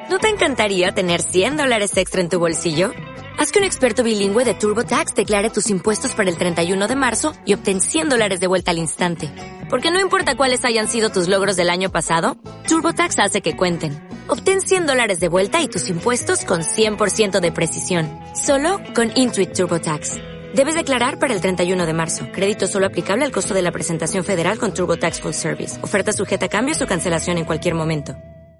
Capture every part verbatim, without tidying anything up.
¿No te encantaría tener cien dólares extra en tu bolsillo? Haz que un experto bilingüe de TurboTax declare tus impuestos para el treinta y uno de marzo y obtén cien dólares de vuelta al instante. Porque no importa cuáles hayan sido tus logros del año pasado, TurboTax hace que cuenten. Obtén cien dólares de vuelta y tus impuestos con cien por ciento de precisión. Solo con Intuit TurboTax. Debes declarar para el treinta y uno de marzo. Crédito solo aplicable al costo de la presentación federal con TurboTax Full Service. Oferta sujeta a cambios o cancelación en cualquier momento.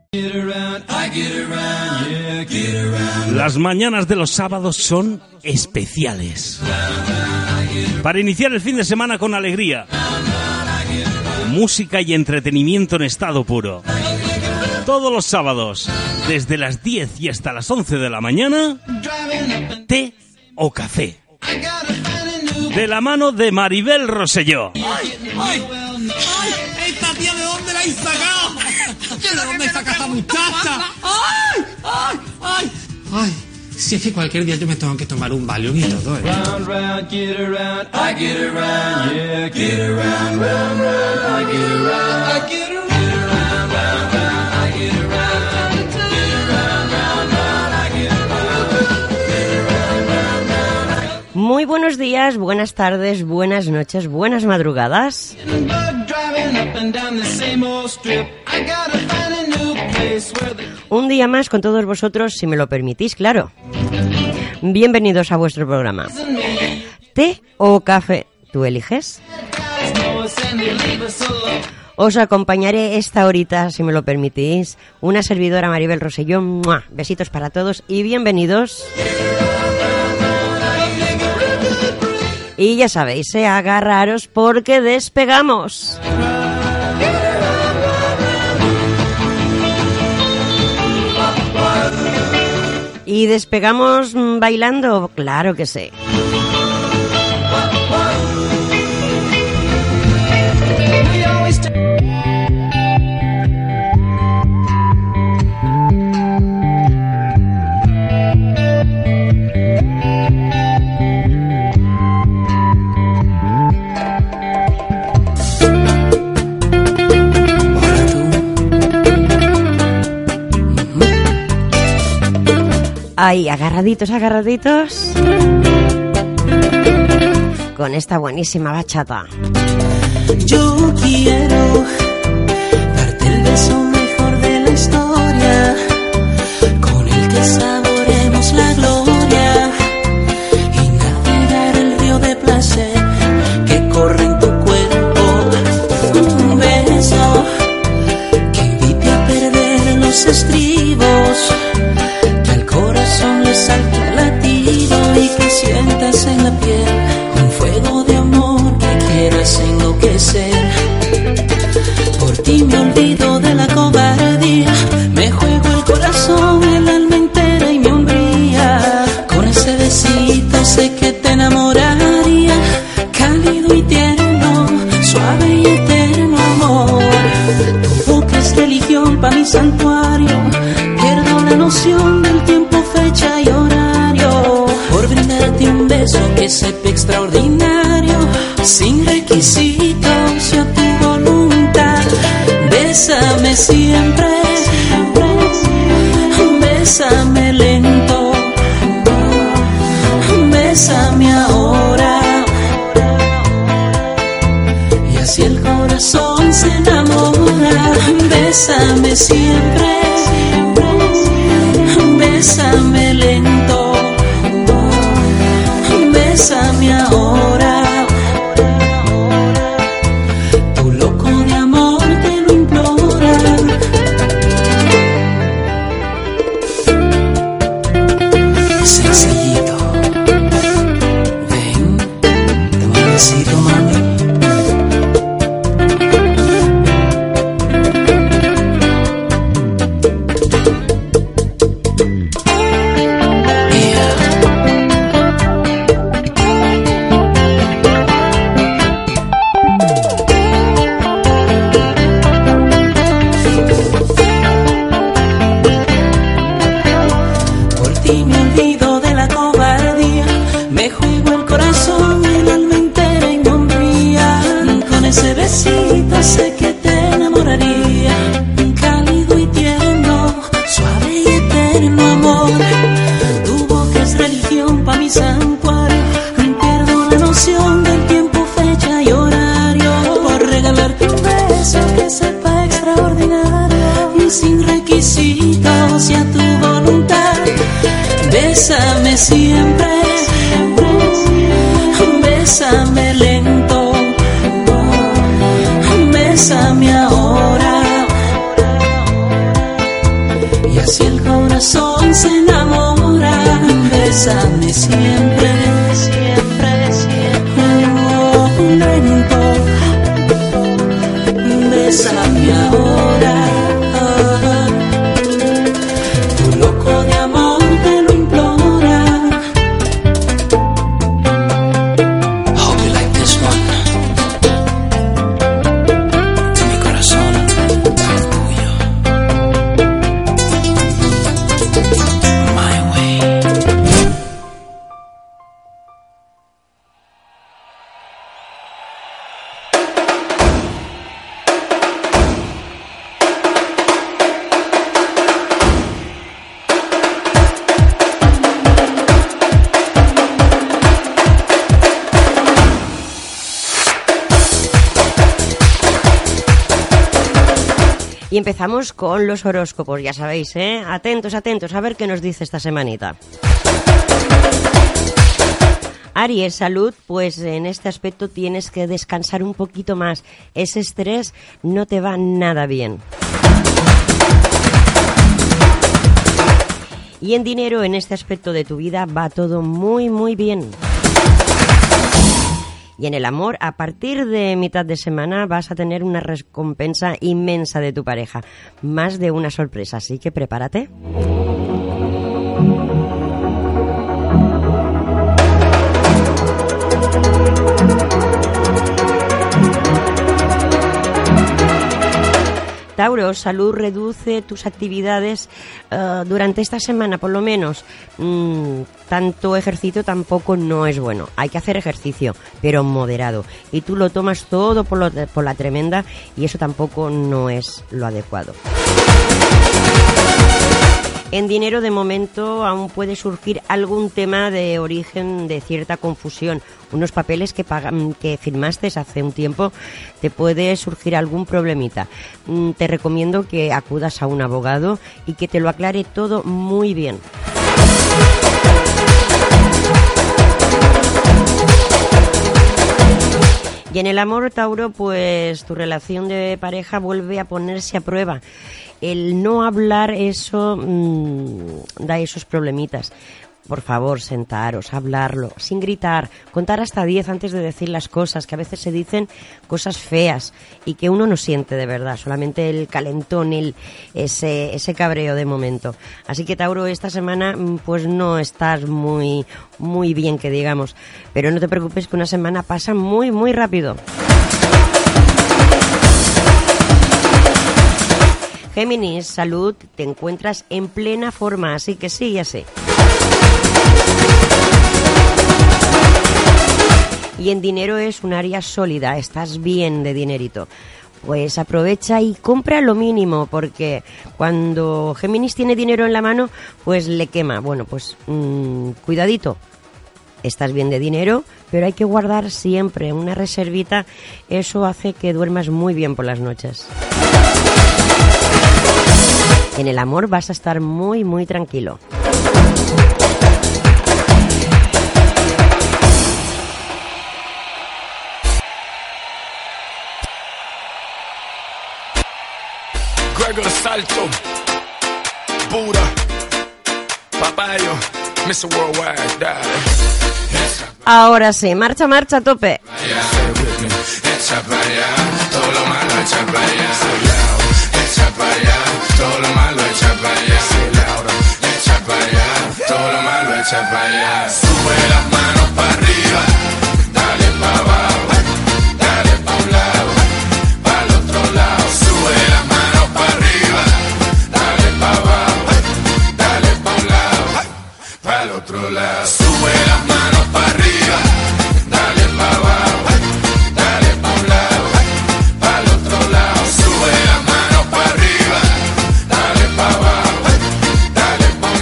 Las mañanas de los sábados son especiales. Para iniciar el fin de semana con alegría, música y entretenimiento en estado puro. Todos los sábados, desde las diez y hasta las once de la mañana, té o café. De la mano de Maribel Rosselló. ¡Ay, ay, ay! ¡Esta tía de dónde la habéis sacado! ¿De dónde saca esta muchacha? ¡Ay, ay, ay! ¡Ay! Si es que cualquier día yo me tengo que tomar un Valium y todo, ¿eh? Round, round, get around, I get around, yeah, get around, round, round, I get around, I get around, round, round, I get around, get around, round, round, I get around, get around, round, round. Muy buenos días, buenas tardes, buenas noches, buenas madrugadas. Un día más con todos vosotros, si me lo permitís, claro. Bienvenidos a vuestro programa. ¿Té o café? ¿Tú eliges? Os acompañaré esta horita, si me lo permitís. Una servidora, Maribel Rosselló. ¡Mua! Besitos para todos y bienvenidos. Y ya sabéis, eh, agarraros porque despegamos. ¿Y despegamos bailando? Claro que sí. Ahí, agarraditos, agarraditos. Con esta buenísima bachata. Yo quiero darte el beso mejor de la historia, con el que saboremos la gloria y navegar el río de placer que corre en tu cuerpo. Un beso que invite a perder los estribos, le salta el latido y que sientas en la piel un fuego de amor que quieras enloquecer. Por ti me olvido de la cobardía, me juego el corazón, el alma entera y mi hombría. Con ese besito sé que te enamoraría, cálido y tierno, suave y eterno amor. Tu boca es religión pa' mi santuario, pierdo la noción del tiempo, fecha y horario, por brindarte un beso que sepa extraordinario, sin requisitos y a tu voluntad. Bésame siempre, bésame lento, bésame ahora, y así el corazón se enamora. Bésame siempre, bésame lento, bésame ahora, tu loco de amor te lo implora. Sencillito, ven, te un besito, mami. eterno amor. Tu boca es religión pa' mi santuario. Pierdo la noción del tiempo, fecha y horario por regalarte un beso que sepa extraordinario y sin requisitos y a tu voluntad. Bésame siempre, bésame lento, bésame ahora. Y así el corazón se enamora. Bésame siempre, siempre, siempre, oh, lento. Bésame ahora. Tu loco de amor te lo implora. Hope you like this one. De mi corazón al tuyo. My way. Y empezamos con los horóscopos, ya sabéis, ¿eh? Atentos, atentos, a ver qué nos dice esta semanita. Aries, salud, pues en este aspecto tienes que descansar un poquito más. Ese estrés no te va nada bien. Y en dinero, en este aspecto de tu vida, va todo muy, muy bien. Y en el amor, a partir de mitad de semana vas a tener una recompensa inmensa de tu pareja. Más de una sorpresa, así que prepárate. Tauro, salud, reduce tus actividades uh, durante esta semana, por lo menos. Mm, tanto ejercicio tampoco no es bueno. Hay que hacer ejercicio, pero moderado. Y tú lo tomas todo por, lo, por la tremenda y eso tampoco no es lo adecuado. En dinero, de momento, aún puede surgir algún tema de origen de cierta confusión. Unos papeles que, pagan, que firmaste hace un tiempo, te puede surgir algún problemita. Te recomiendo que acudas a un abogado y que te lo aclare todo muy bien. Y en el amor, Tauro, pues tu relación de pareja vuelve a ponerse a prueba. El no hablar, eso mmm, da esos problemitas. Por favor, sentaros, hablarlo, sin gritar, contar hasta diez antes de decir las cosas, que a veces se dicen cosas feas y que uno no siente de verdad, solamente el calentón, el, ese, ese cabreo de momento. Así que, Tauro, esta semana pues no estás muy, muy bien, que digamos, pero no te preocupes, que una semana pasa muy, muy rápido. Géminis, salud, te encuentras en plena forma, así que sigue así. Y en dinero es un área sólida, estás bien de dinerito. Pues aprovecha y compra lo mínimo, porque cuando Géminis tiene dinero en la mano, pues le quema. Bueno, pues mmm, cuidadito. Estás bien de dinero, pero hay que guardar siempre una reservita. Eso hace que duermas muy bien por las noches. En el amor vas a estar muy, muy tranquilo. Gregor Salto, Buda, Papayo, mister Worldwide, darling. Ahora sí, marcha, marcha a tope. Echa para allá, todo lo malo echa para allá. Echa para allá, todo lo malo echa para allá. Echa para allá, todo lo malo echa para allá. Sube las manos para arriba, dale para abajo, dale para un lado, para el otro lado. Sube las manos para arriba, dale para abajo, dale para un lado, para el otro lado. Sube las manos para arriba, dale para abajo, dale para un lado, para el otro lado. Sube las manos para arriba, dale para abajo, dale para un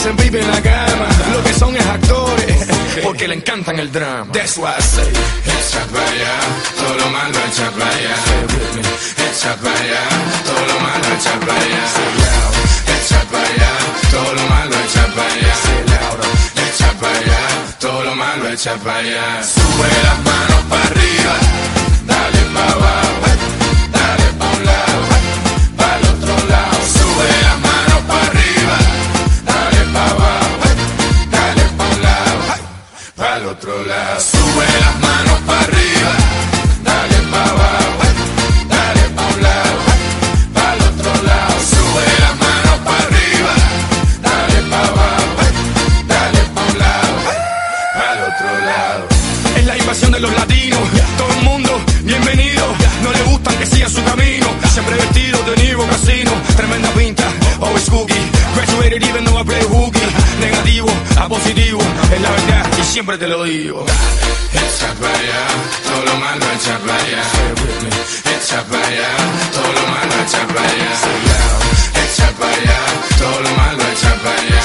hacen pipi en la cama. Lo que son es actores, porque le encantan el drama. That's why I say, echa para allá, todo lo malo echa para allá. Echa para allá, todo lo malo echa para allá. Echa para allá, todo lo malo echa para allá. Echa para allá, todo lo malo echa para allá. Sube las manos para arriba, dale para abajo, dale pa' un lado, para el otro lado. Sube las manos para arriba, dale para abajo, dale pa' un lado, para el otro lado. Sube las manos para arriba, dale para abajo, dale pa' un lado, para el otro lado. Sube las manos para arriba, dale para abajo, dale pa' un lado, para el otro lado. Es la invasión de los latinos, todo el mundo bienvenido. No le gustan que sigan su camino, siempre vestido de Nivo Casino. Tremenda pinta, always cookie. Graduated even though I play hooky. Negativo a positivo, es la verdad y siempre te lo digo. Echa para allá, todo lo malo echa para allá. Echa para allá, todo lo malo echa para allá. Echa para allá, todo lo malo echa para allá.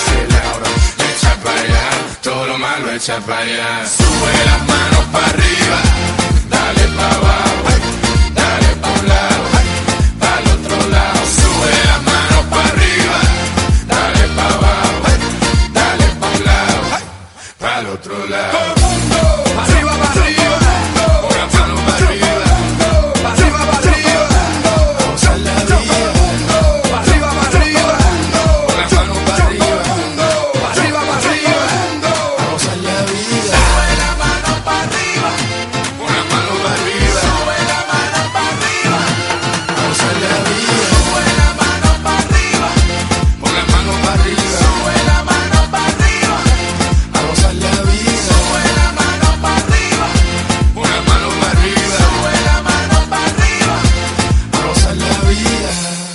Echa para allá, todo lo malo echa para allá. Sube las manos para arriba, dale para abajo, dale para un lado, para el otro lado. Sube las manos para arriba, dale para abajo, dale para un lado, para el otro lado. Todo el mundo, arriba para arriba, con las manos para arriba, arriba para arriba, vamos a la vida. Arriba para arriba, con las manos para arriba, arriba para arriba, vamos a la vida. Sube la mano para arriba, con las manos para arriba, sube la mano para arriba, vamos a la vida. Sube la mano para arriba, con las manos para arriba, sube la mano para arriba, vamos a la vida. Sube la mano para arriba, con las manos para arriba, sube la mano para arriba, vamos a la vida.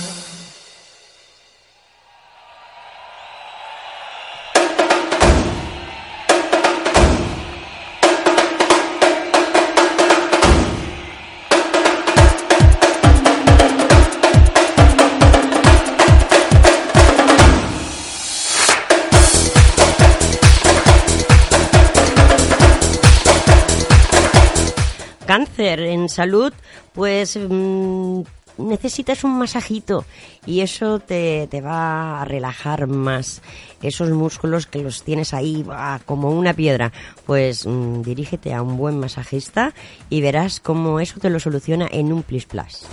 Cáncer en salud, pues mmm, necesitas un masajito y eso te, te va a relajar más esos músculos que los tienes ahí bah, como una piedra. Pues mmm, dirígete a un buen masajista y verás cómo eso te lo soluciona en un plis plas.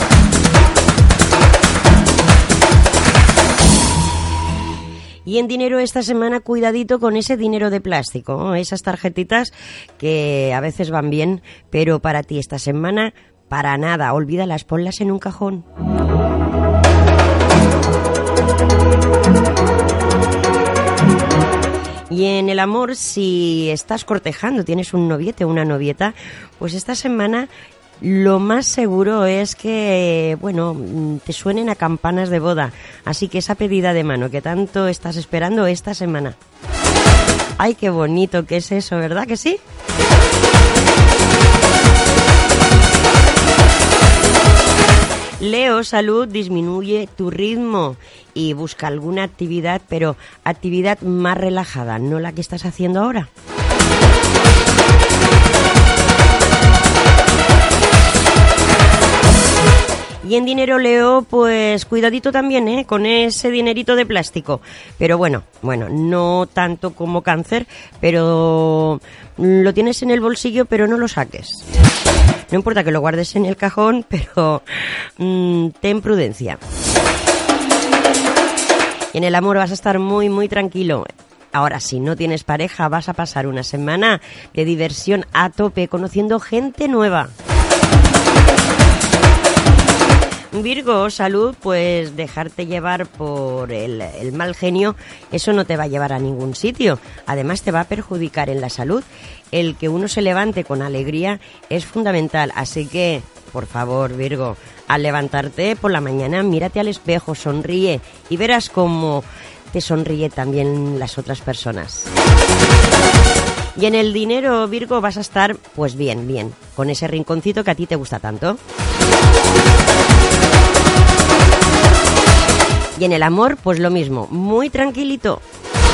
Y en dinero esta semana, cuidadito con ese dinero de plástico, ¿no? Esas tarjetitas que a veces van bien, pero para ti esta semana, para nada. Olvídalas, ponlas en un cajón. Y en el amor, si estás cortejando, tienes un noviete o una novieta, pues esta semana lo más seguro es que, bueno, te suenen a campanas de boda. Así que esa pedida de mano que tanto estás esperando esta semana. ¡Ay, qué bonito que es eso! ¿Verdad que sí? Leo, salud, disminuye tu ritmo y busca alguna actividad, pero actividad más relajada, no la que estás haciendo ahora. Y en dinero, Leo, pues cuidadito también, ¿eh? Con ese dinerito de plástico. Pero bueno, bueno, no tanto como Cáncer, pero lo tienes en el bolsillo, pero no lo saques. No importa que lo guardes en el cajón, pero mmm, ten prudencia. Y en el amor vas a estar muy, muy tranquilo. Ahora, si no tienes pareja, vas a pasar una semana de diversión a tope, conociendo gente nueva. Virgo, salud, pues dejarte llevar por el, el mal genio, eso no te va a llevar a ningún sitio. Además, te va a perjudicar en la salud. El que uno se levante con alegría es fundamental. Así que, por favor, Virgo, al levantarte por la mañana, mírate al espejo, sonríe y verás cómo te sonríe también las otras personas. Y en el dinero, Virgo, vas a estar, pues bien, bien, con ese rinconcito que a ti te gusta tanto. Y en el amor, pues lo mismo, muy tranquilito.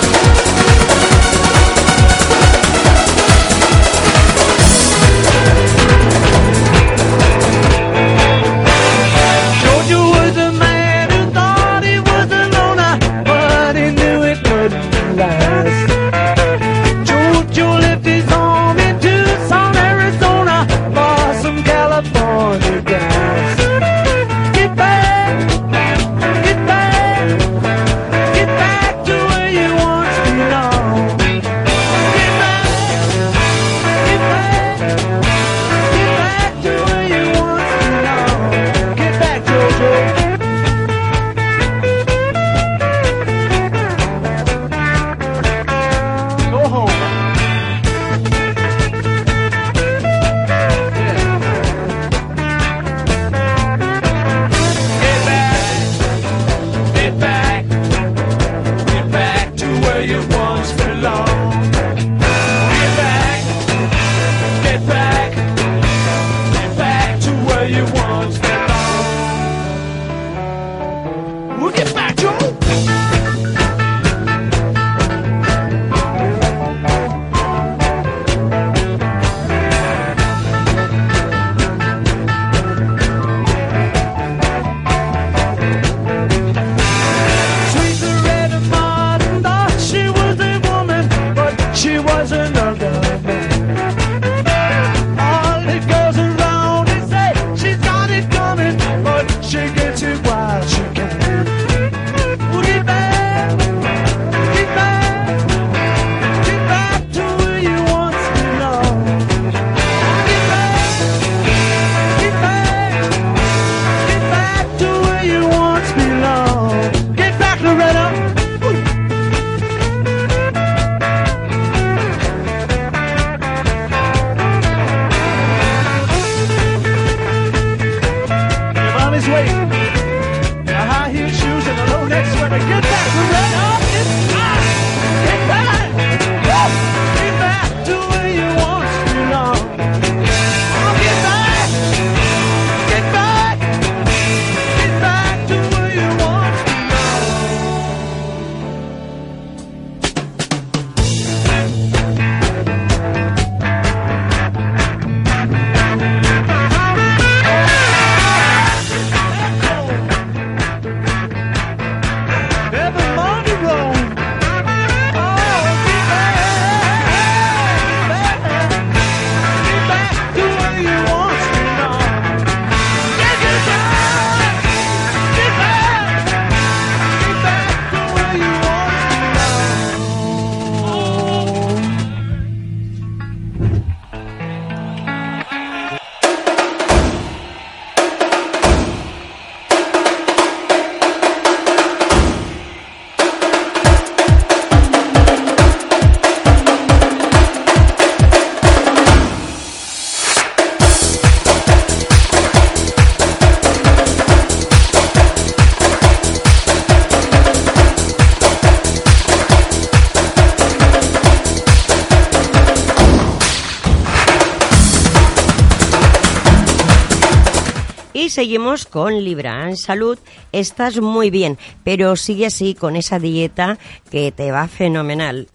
Y seguimos con Libra. En salud estás muy bien, pero sigue así con esa dieta que te va fenomenal.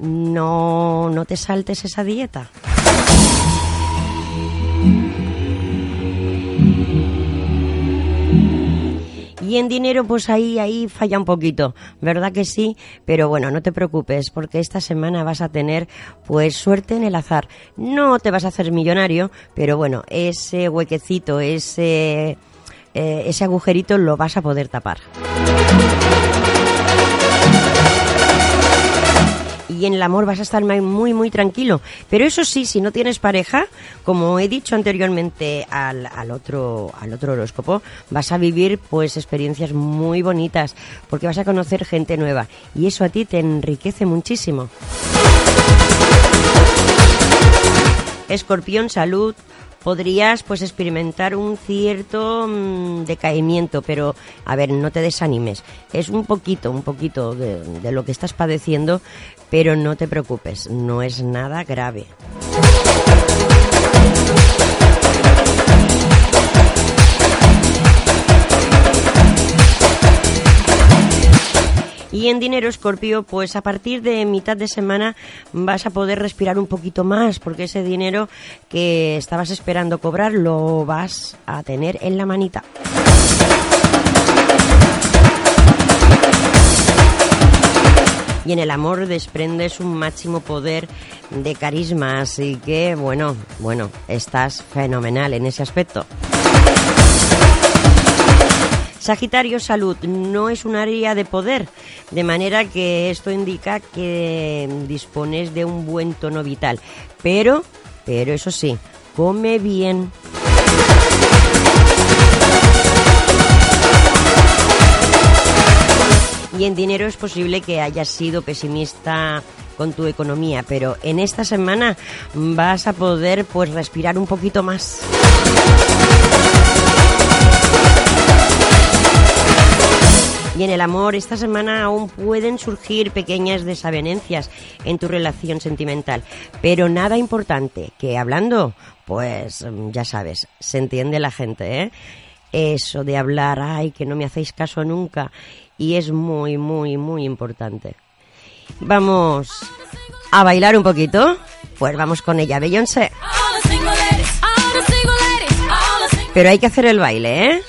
No, no te saltes esa dieta. Y en dinero, pues ahí, ahí falla un poquito, ¿verdad que sí? Pero bueno, no te preocupes, porque esta semana vas a tener, pues, suerte en el azar. No te vas a hacer millonario, pero bueno, ese huequecito, ese, eh, ese agujerito lo vas a poder tapar. Y en el amor vas a estar muy, muy tranquilo. Pero eso sí, si no tienes pareja, como he dicho anteriormente al, al otro al otro horóscopo, vas a vivir pues experiencias muy bonitas, porque vas a conocer gente nueva. Y eso a ti te enriquece muchísimo. Escorpión, salud. Podrías pues experimentar un cierto mmm, decaimiento, pero a ver, no te desanimes. Es un poquito, un poquito de, de lo que estás padeciendo, pero no te preocupes, no es nada grave. Y en dinero, Escorpio, pues a partir de mitad de semana vas a poder respirar un poquito más, porque ese dinero que estabas esperando cobrar lo vas a tener en la manita. Y en el amor desprendes un máximo poder de carisma, así que, bueno, bueno, estás fenomenal en ese aspecto. Sagitario, salud, no es un área de poder, de manera que esto indica que dispones de un buen tono vital, pero, pero eso sí, come bien. Y en dinero es posible que hayas sido pesimista con tu economía, pero en esta semana vas a poder pues respirar un poquito más. Y en el amor, esta semana aún pueden surgir pequeñas desavenencias en tu relación sentimental, pero nada importante, que hablando, pues ya sabes, se entiende la gente, ¿eh? Eso de hablar, ay, que no me hacéis caso nunca, y es muy, muy, muy importante. Vamos a bailar un poquito, pues vamos con ella, Beyoncé. Pero hay que hacer el baile, ¿eh?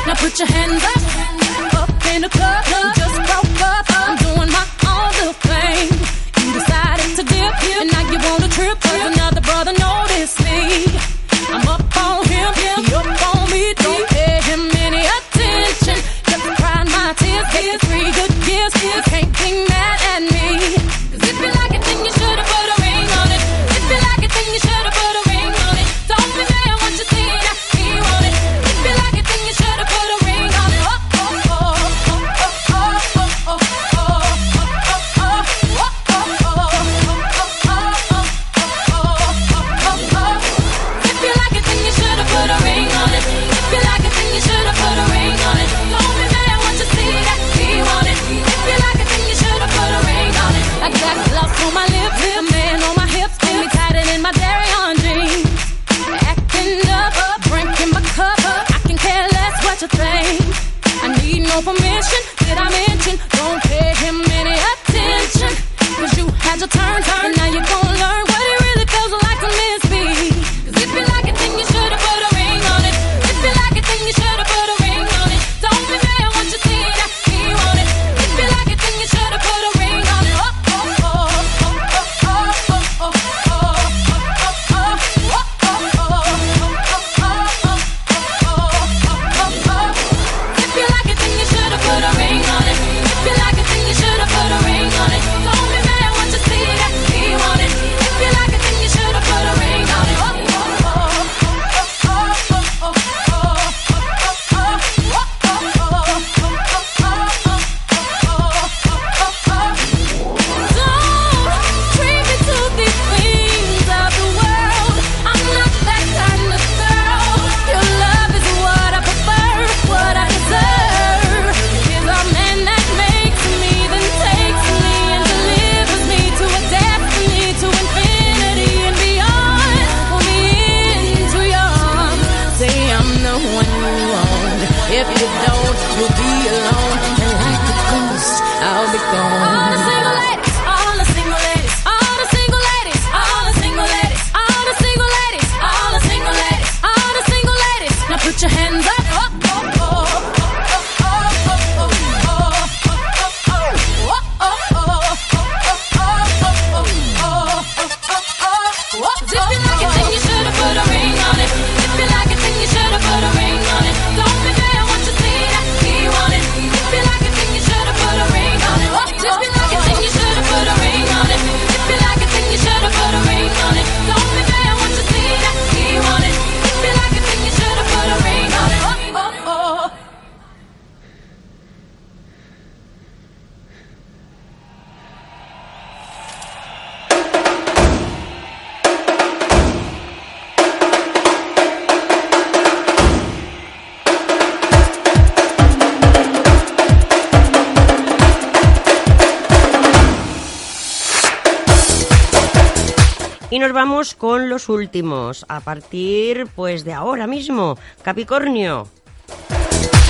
Y nos vamos con los últimos, a partir pues de ahora mismo. Capricornio.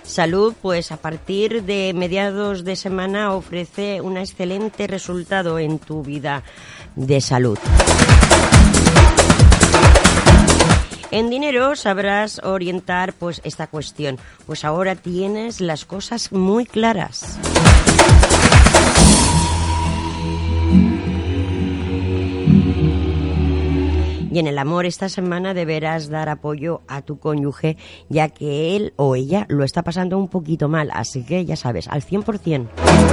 Salud, pues a partir de mediados de semana ofrece un excelente resultado en tu vida de salud. En dinero sabrás orientar pues esta cuestión, pues ahora tienes las cosas muy claras. Y en el amor esta semana deberás dar apoyo a tu cónyuge, ya que él o ella lo está pasando un poquito mal, así que ya sabes, al cien por ciento.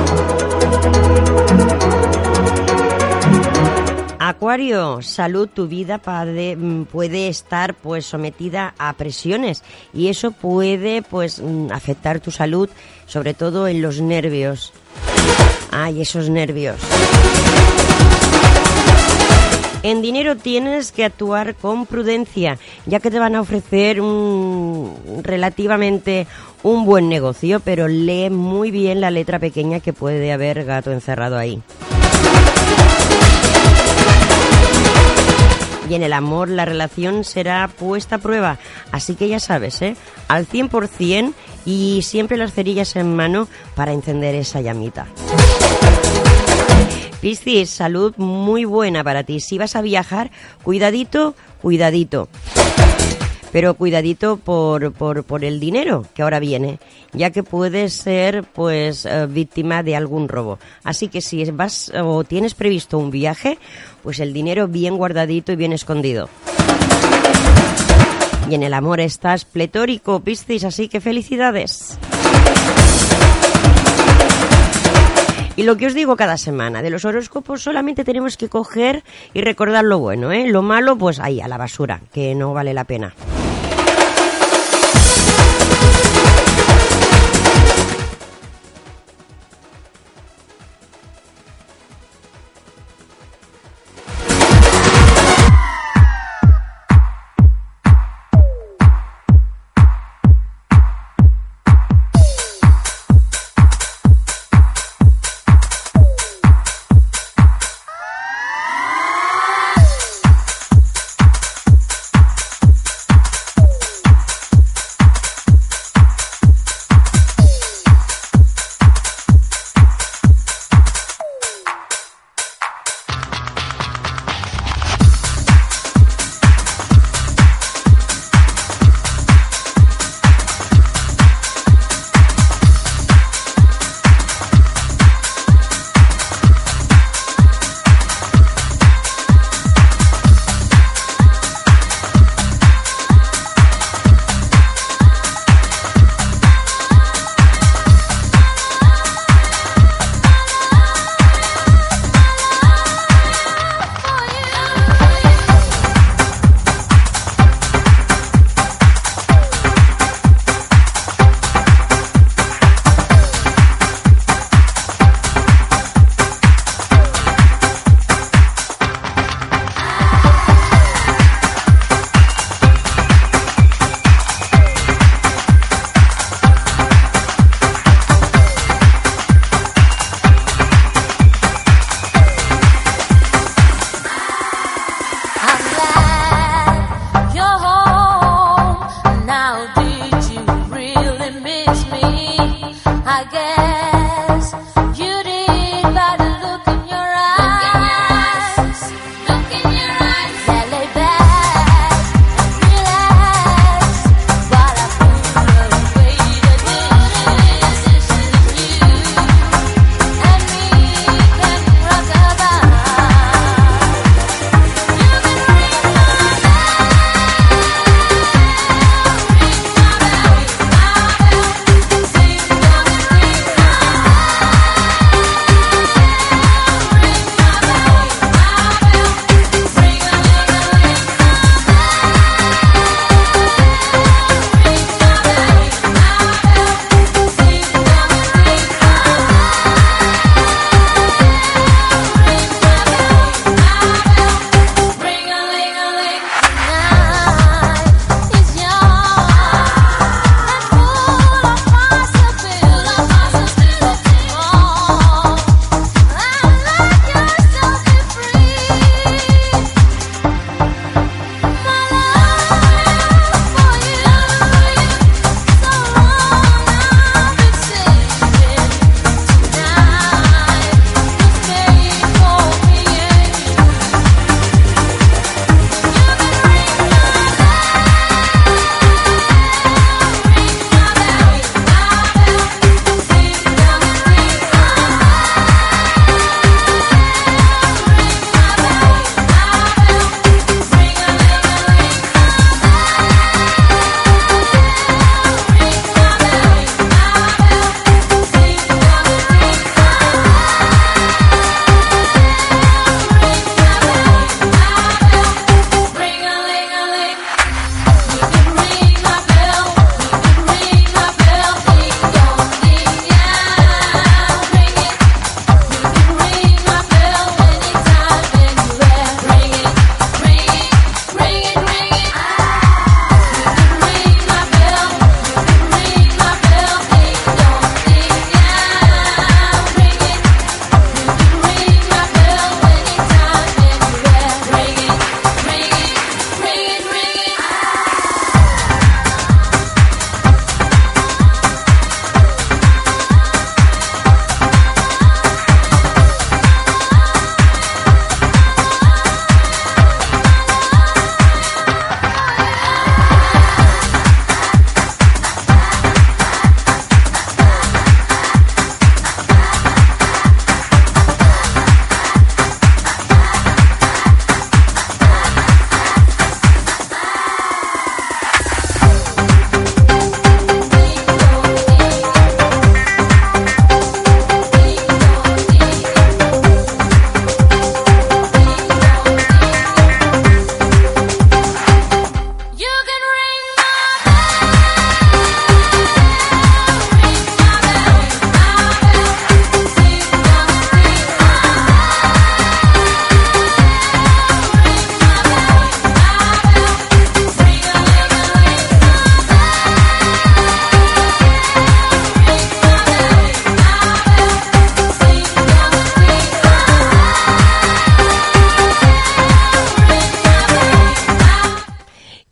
Acuario, salud, tu vida puede, puede estar pues sometida a presiones y eso puede pues afectar tu salud, sobre todo en los nervios. Ay, esos nervios. En dinero tienes que actuar con prudencia, ya que te van a ofrecer un, relativamente un buen negocio, pero lee muy bien la letra pequeña que puede haber gato encerrado ahí. Y en el amor la relación será puesta a prueba, así que ya sabes, ¿eh? Al cien por ciento y siempre las cerillas en mano para encender esa llamita. Piscis, salud muy buena para ti. Si vas a viajar, cuidadito, cuidadito. Pero cuidadito por, por, por el dinero que ahora viene, ya que puedes ser pues eh, víctima de algún robo. Así que si vas o tienes previsto un viaje, pues el dinero bien guardadito y bien escondido. Y en el amor estás pletórico, Piscis, así que felicidades. Y lo que os digo cada semana, de los horóscopos solamente tenemos que coger y recordar lo bueno, ¿eh? Lo malo, pues ahí, a la basura, que no vale la pena.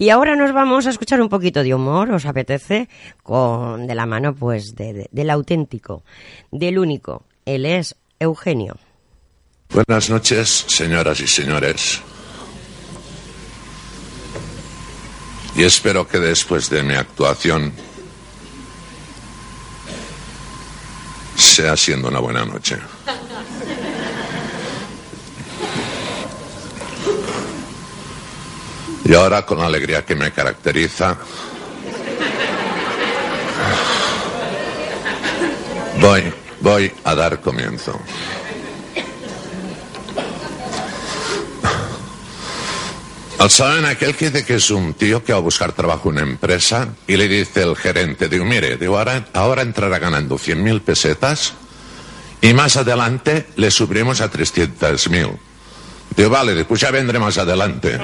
Y ahora nos vamos a escuchar un poquito de humor, ¿os apetece? Con, de la mano, pues, de, de, del auténtico, del único. Él es Eugenio. Buenas noches, señoras y señores. Y espero que después de mi actuación sea siendo una buena noche. Y ahora, con la alegría que me caracteriza, voy, voy a dar comienzo. ¿Saben aquel que dice que es un tío que va a buscar trabajo en una empresa y le dice el gerente, digo, mire, digo, ahora, ahora entrará ganando cien mil pesetas y más adelante le subiremos a trescientos mil? Digo, vale, después ya vendré más adelante.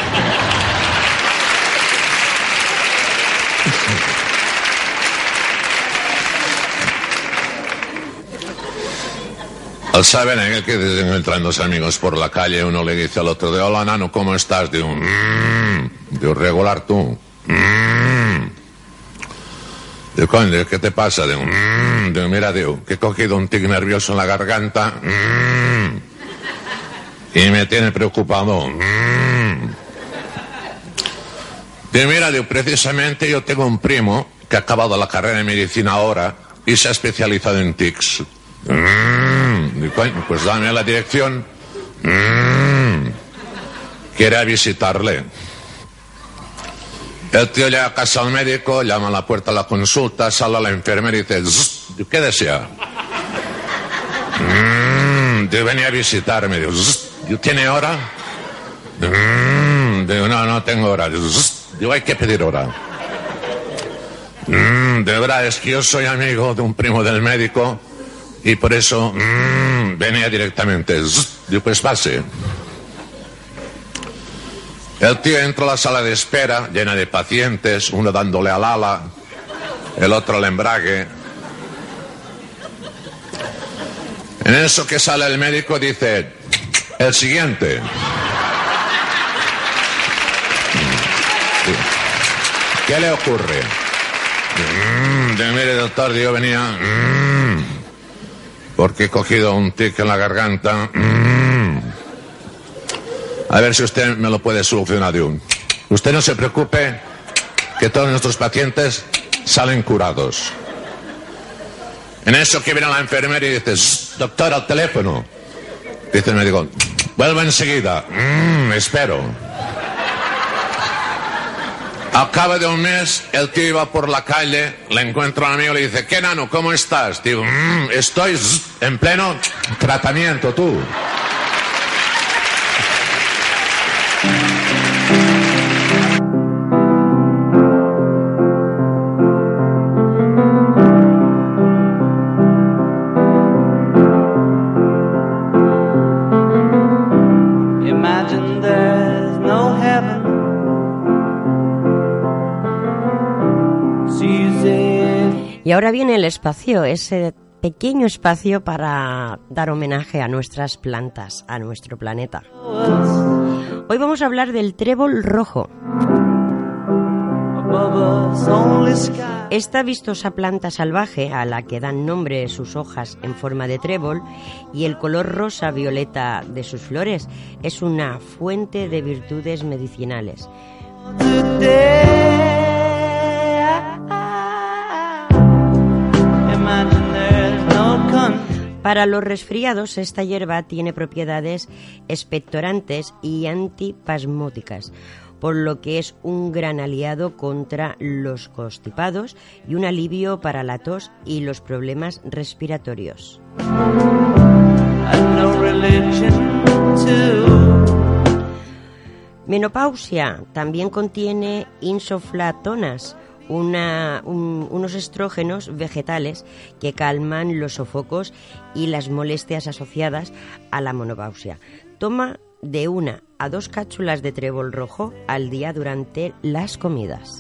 ¿Saben aquel que entran dos amigos por la calle, uno le dice al otro, de hola, nano, ¿cómo estás? Digo, mmm, digo, regular tú. Mmm. Digo, coño, ¿qué te pasa? Digo, mmm, digo, mira, digo, que he cogido un tic nervioso en la garganta. Mmm. Y me tiene preocupado. Mmm. Digo, mira, digo, precisamente yo tengo un primo que ha acabado la carrera de medicina ahora y se ha especializado en tics. Mm, pues dame la dirección. Mm, quiere visitarle. El tío llega a casa al médico, llama a la puerta a la consulta, sale a la enfermera y dice, ¿qué desea? Mm, yo venía a visitarme. Digo, ¿tiene hora? Mm, digo, no, no tengo hora. Digo, hay que pedir hora. Mm, de verdad, es que yo soy amigo de un primo del médico y por eso mmm, venía directamente. Digo, pues pase. El tío entra a la sala de espera, llena de pacientes, uno dándole al ala, el otro al embrague. En eso que sale el médico dice, el siguiente. ¿Qué le ocurre? Mmm, de mire, doctor, yo venía... Mmm, porque he cogido un tic en la garganta. Mm. A ver si usted me lo puede solucionar de un. Usted no se preocupe, que todos nuestros pacientes salen curados. En eso que viene la enfermera y dice, doctor, al teléfono. Dice el médico, vuelvo enseguida. Mm, espero. Al cabo de un mes, el tío iba por la calle, le encuentra a un amigo y le dice, ¿qué nano, cómo estás? Digo, mmm, estoy en pleno tratamiento, tú. Imagine there's no heaven. Y ahora viene el espacio, ese pequeño espacio para dar homenaje a nuestras plantas, a nuestro planeta. Hoy vamos a hablar del trébol rojo. Esta vistosa planta salvaje, a la que dan nombre sus hojas en forma de trébol y el color rosa violeta de sus flores, es una fuente de virtudes medicinales. Para los resfriados, esta hierba tiene propiedades expectorantes y antipasmóticas, por lo que es un gran aliado contra los constipados y un alivio para la tos y los problemas respiratorios. Menopausia también contiene insoflatonas, Una, un, unos estrógenos vegetales que calman los sofocos y las molestias asociadas a la menopausia. Toma de una a dos cápsulas de trébol rojo al día durante las comidas.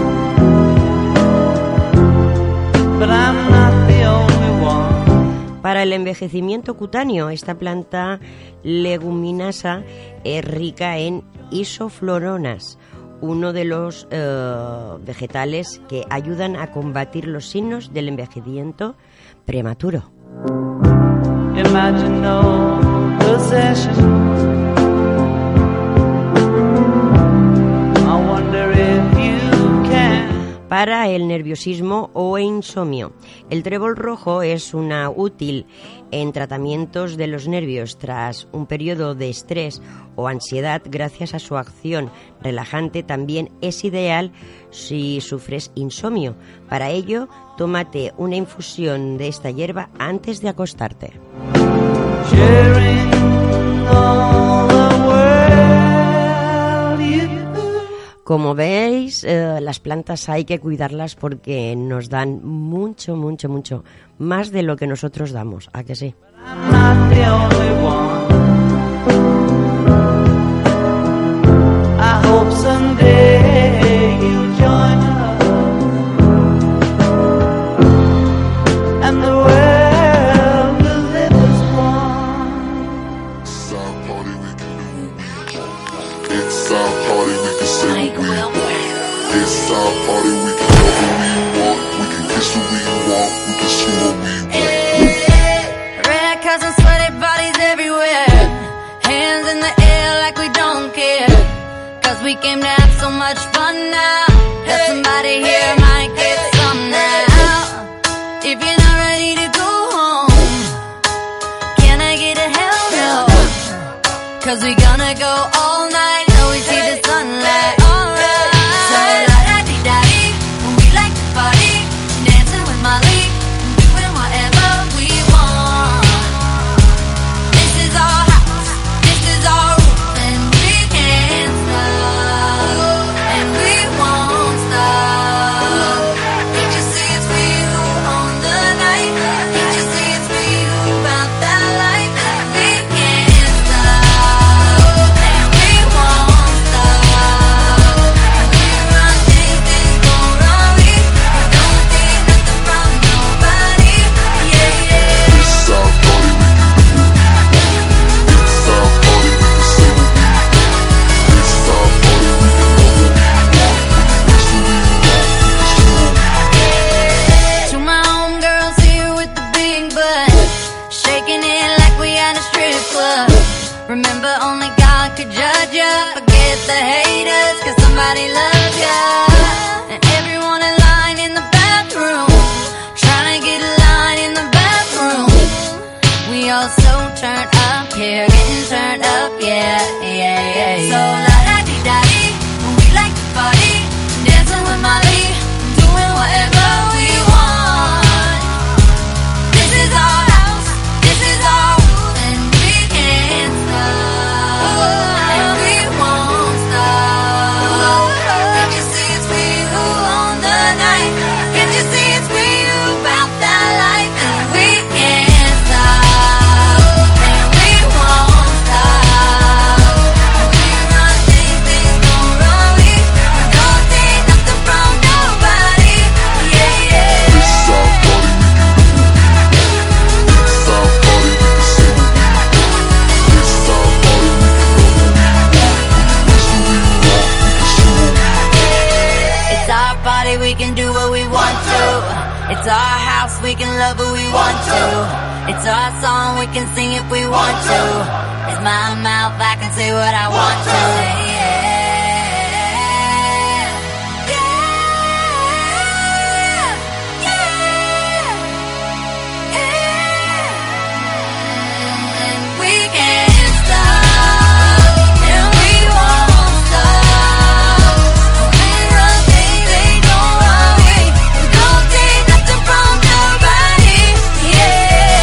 Para el envejecimiento cutáneo, esta planta leguminosa es rica en isoflavonas, uno de los eh, vegetales que ayudan a combatir los signos del envejecimiento prematuro. Imagine no possession. I wonder if you can. Para el nerviosismo o insomnio. El trébol rojo es una útil en tratamientos de los nervios tras un periodo de estrés o ansiedad. Gracias a su acción relajante, también es ideal si sufres insomnio. Para ello, tómate una infusión de esta hierba antes de acostarte. Como veis, eh, las plantas hay que cuidarlas porque nos dan mucho, mucho, mucho más de lo que nosotros damos. ¿A que sí? We came to have so much fun now that somebody here might get some now. If you're not ready to go home, can I get a hell no? Cause we gonna go all night till we see the sunlight. Alright. So la-da-dee-da-dee, we like to party, dancing with Molly, doing whatever we want. This is our house, this is our room, and we can't stop. And we won't stop. Can't you see it's we who own the night? Can't you see it's we who found that life? We can't stop. And we won't stop. We run things, things go wrong. We don't need nothing from nobody. Yeah, yeah. It's our party, we can do it. It's our party, we can say what we want. It's our party, we can know what we want. We can wish what we want, we can show what we want. To my homegirls here with the big butt, shaking it like we at a strip club. Remember, only God could judge ya. Forget the haters, cause somebody loves ya. And everyone in line in the bathroom, trying to get a line in the bathroom. We all so turned up here, getting turned up, yeah, yeah, yeah, yeah. So la-da-dee-da-dee, we like to party, dancing with Molly, doing whatever we want. This is our house, this is our rule, and we can't stop. And we won't stop. Can't you see it's we who own the night? Can't you see it's we who found that life? And we can't stop. And we won't stop. We run things, things go wrong. We don't need nothing from nobody. Yeah, yeah. It's our party, we can do it. It's our party, we can say what we want. It's our party, we can know what we want. We can wish what we want, we can show what we want. It's our party, we can do what we want to. It's our house, we can love who we want to. It's our song, we can sing if we want to. It's my mouth, I can say what I want to. Yeah. Yeah. Yeah. Yeah. And we can't stop. And we won't stop. We run things, they don't run. We don't take nothing from nobody. Yeah.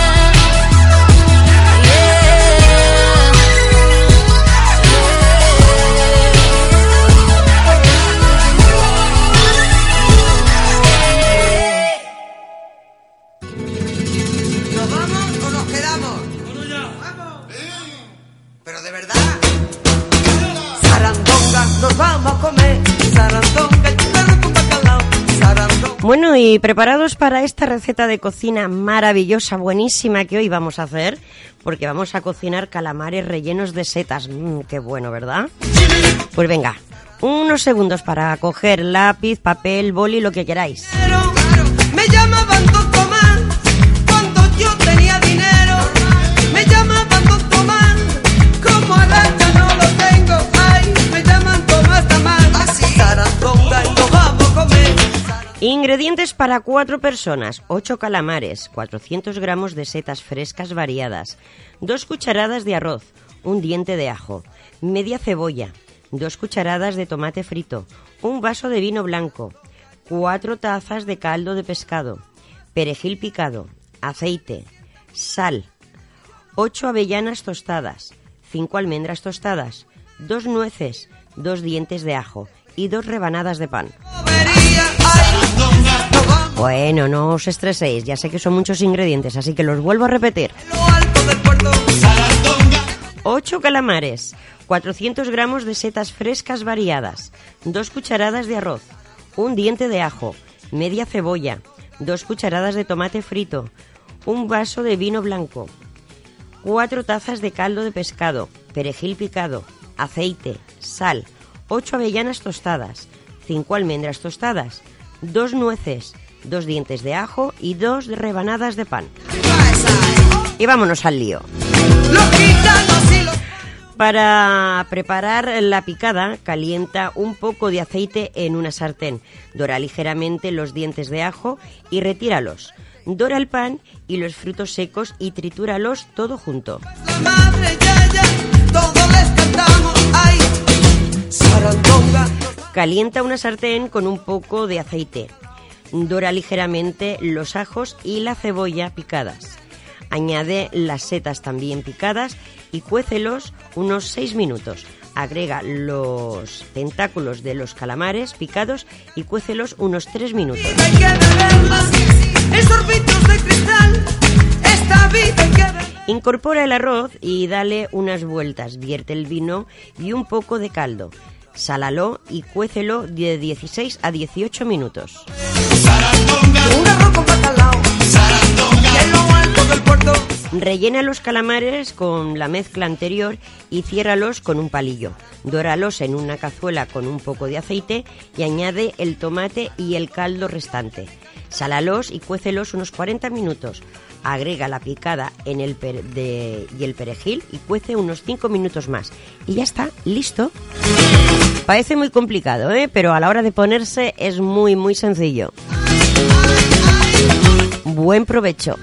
¿Nos vamos o nos quedamos? ¡Vamos! Pero de verdad. Sarandonga, nos vamos a comer. Sarandonga, chicharrón con bacalao. Sarandonga. Bueno, y preparados para esta receta de cocina maravillosa, buenísima que hoy vamos a hacer, porque vamos a cocinar calamares rellenos de setas. Mmm, qué bueno, ¿verdad? Pues venga, Unos segundos para coger lápiz, papel, boli, lo que queráis. Me llamaban Don Tomás cuando yo tenía dinero. Me llamaban Don Tomás, como Arancha no lo tengo. Ay, me llaman Tomás Tamán. Así, sarandonga y nos vamos a comer. Ingredientes para cuatro personas: ocho calamares, cuatrocientos gramos de setas frescas variadas, dos cucharadas de arroz, un diente de ajo, media cebolla, dos cucharadas de tomate frito, un vaso de vino blanco, cuatro tazas de caldo de pescado, perejil picado, aceite, sal, ocho avellanas tostadas, cinco almendras tostadas, dos nueces, dos dientes de ajo y dos rebanadas de pan. Bueno, no os estreséis, ya sé que son muchos ingredientes, así que los vuelvo a repetir. ocho calamares, cuatrocientos gramos de setas frescas variadas, dos cucharadas de arroz, un diente de ajo, media cebolla, dos cucharadas de tomate frito, un vaso de vino blanco, cuatro tazas de caldo de pescado, perejil picado, aceite, sal, ocho avellanas tostadas, cinco almendras tostadas, dos nueces, dos dientes de ajo y dos rebanadas de pan. Y vámonos al lío. Para preparar la picada, calienta un poco de aceite en una sartén. Dora ligeramente los dientes de ajo y retíralos. Dora el pan y los frutos secos y tritúralos todo junto. Calienta una sartén con un poco de aceite. Dora ligeramente los ajos y la cebolla picadas. Añade las setas también picadas y cuécelos unos seis minutos. Agrega los tentáculos de los calamares picados y cuécelos unos tres minutos. Incorpora el arroz y dale unas vueltas. Vierte el vino y un poco de caldo. Sálalo y cuécelo de dieciséis a dieciocho minutos. Rellena los calamares con la mezcla anterior y ciérralos con un palillo. Dóralos en una cazuela con un poco de aceite y añade el tomate y el caldo restante. Sálalos y cuécelos unos cuarenta minutos. Agrega la picada en el per de, y el perejil y cuece unos cinco minutos más. Y ya está, listo. Parece muy complicado, ¿eh? Pero a la hora de ponerse es muy, muy sencillo. Buen provecho.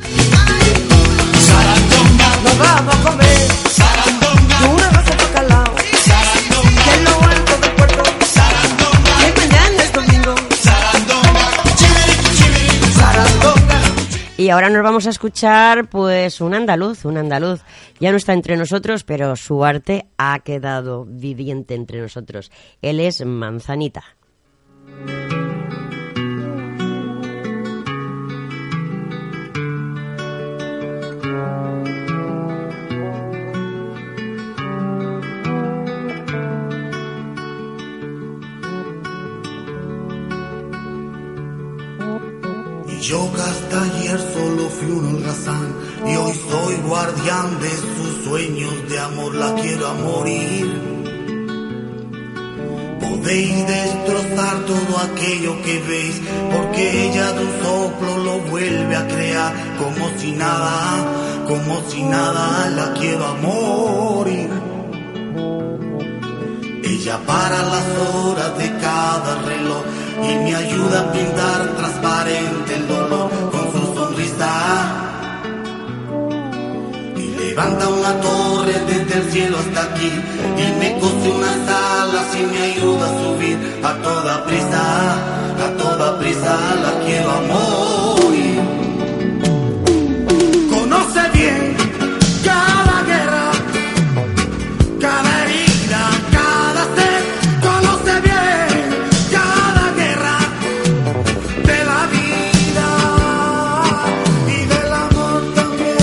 Nos vamos a comer sarandonga, una rosa de bacalao, sarandonga, que es lo alto del puerto, sarandonga, que mañana es domingo, sarandonga, chiviri, chiviri, sarandonga. Y ahora nos vamos a escuchar pues un andaluz, un andaluz. Ya no está entre nosotros, pero su arte ha quedado viviente entre nosotros. Él es Manzanita. Yo que hasta ayer solo fui un holgazán y hoy soy guardián de sus sueños de amor, la quiero a morir. Podéis destrozar todo aquello que veis, porque ella de un soplo lo vuelve a crear, como si nada, como si nada, la quiero a morir. Ella para las horas de cada reloj y me ayuda a pintar transparente el dolor con su sonrisa. Y levanta una torre desde el cielo hasta aquí y me cose unas alas y me ayuda a subir a toda prisa, a toda prisa la quiero a morir. Conoce bien cada guerra, cada herida, cada sed, conoce bien cada guerra de la vida y del amor también.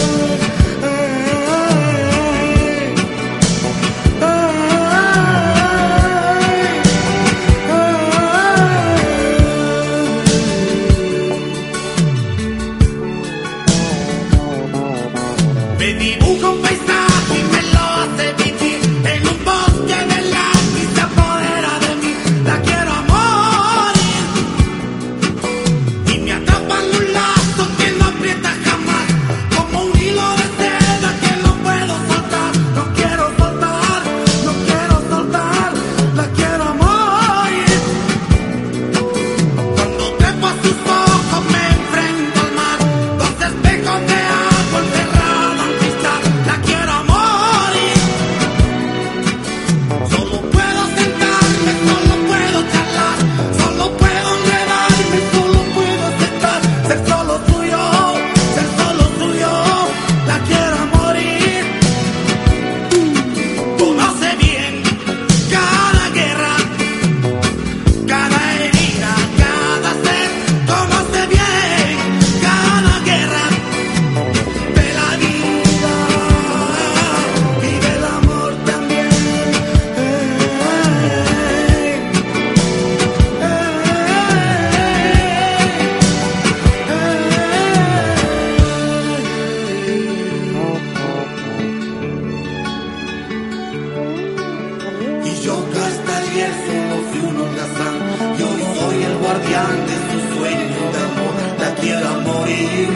ante su sueño de amor la quiera morir.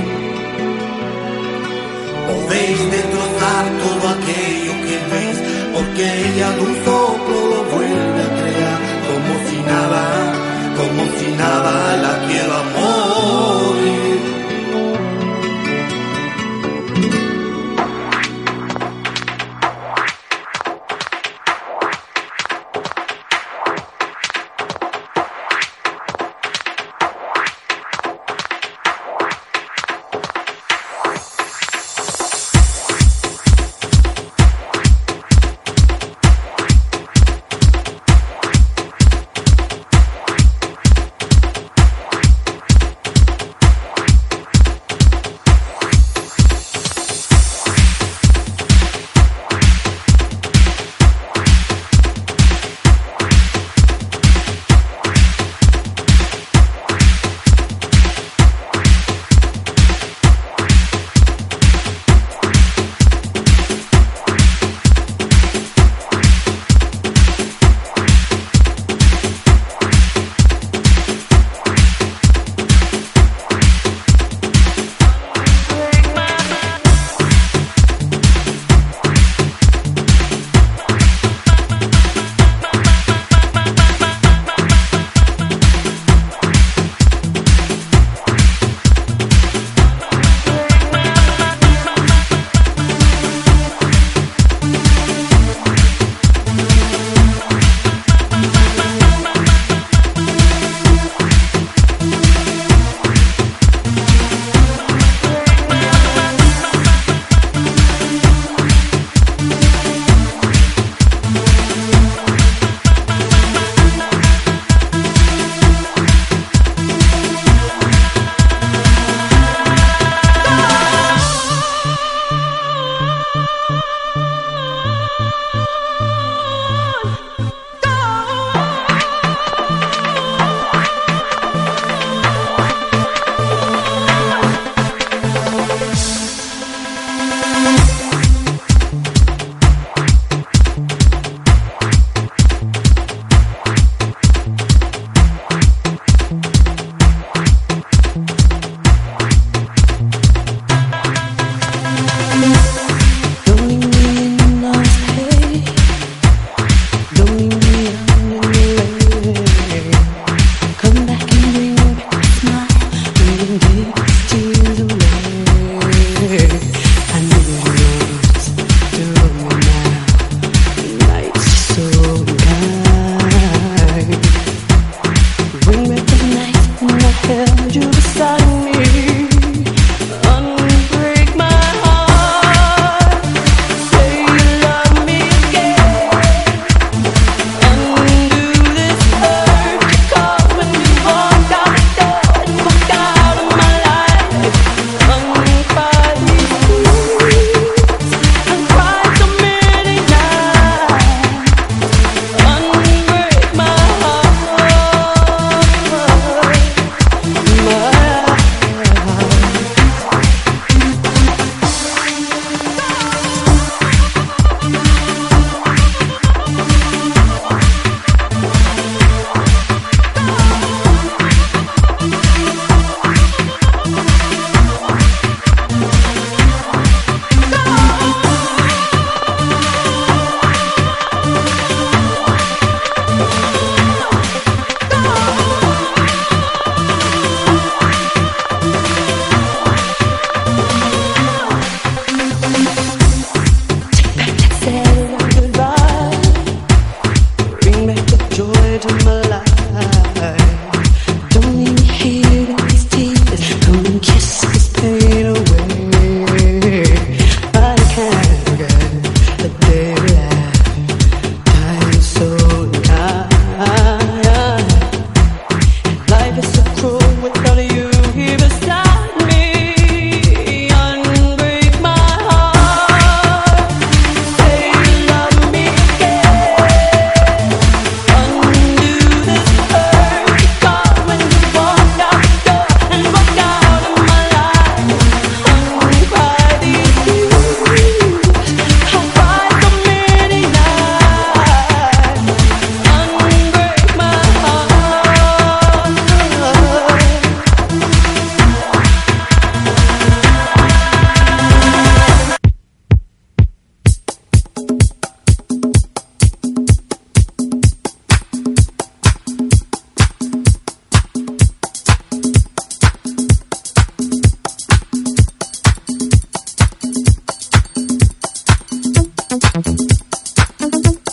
Podéis destrozar todo aquello que veis, porque ella de un soplo lo vuelve a crear, como si nada, como si nada la quiera morir.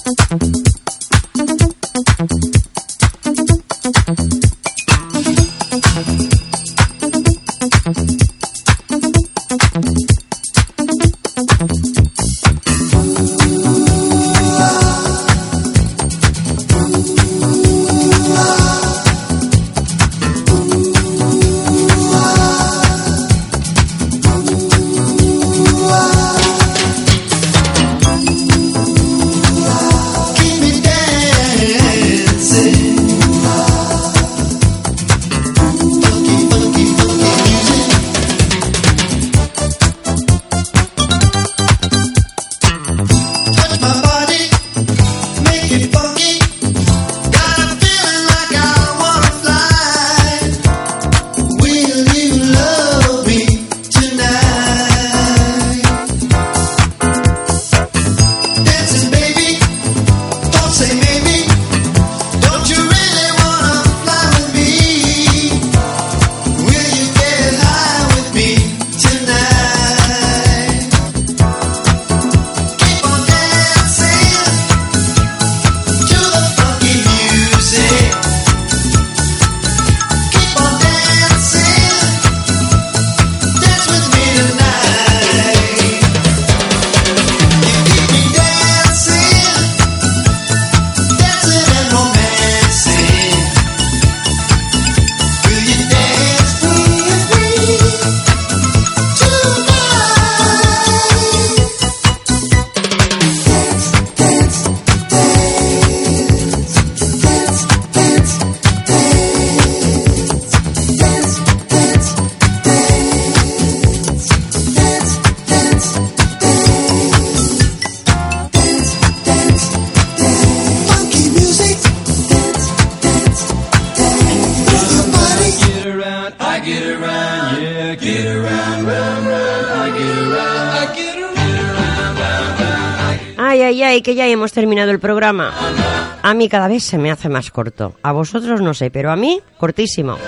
Ay, ay, ay, que ya hemos terminado el programa. A mí cada vez se me hace más corto. A vosotros no sé, pero a mí, cortísimo.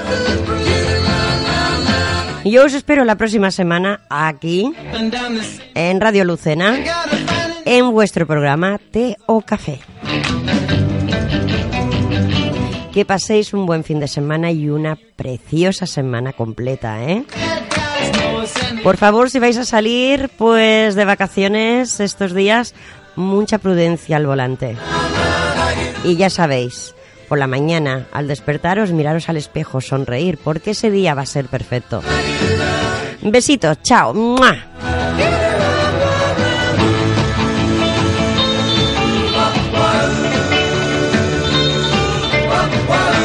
Yo os espero la próxima semana aquí, en Radio Lucena, en vuestro programa Té o Café. Que paséis un buen fin de semana y una preciosa semana completa, ¿eh? Por favor, si vais a salir, pues, de vacaciones estos días, mucha prudencia al volante. Y ya sabéis, por la mañana, al despertaros, miraros al espejo, sonreír, porque ese día va a ser perfecto. Besitos, chao. ¡Mua!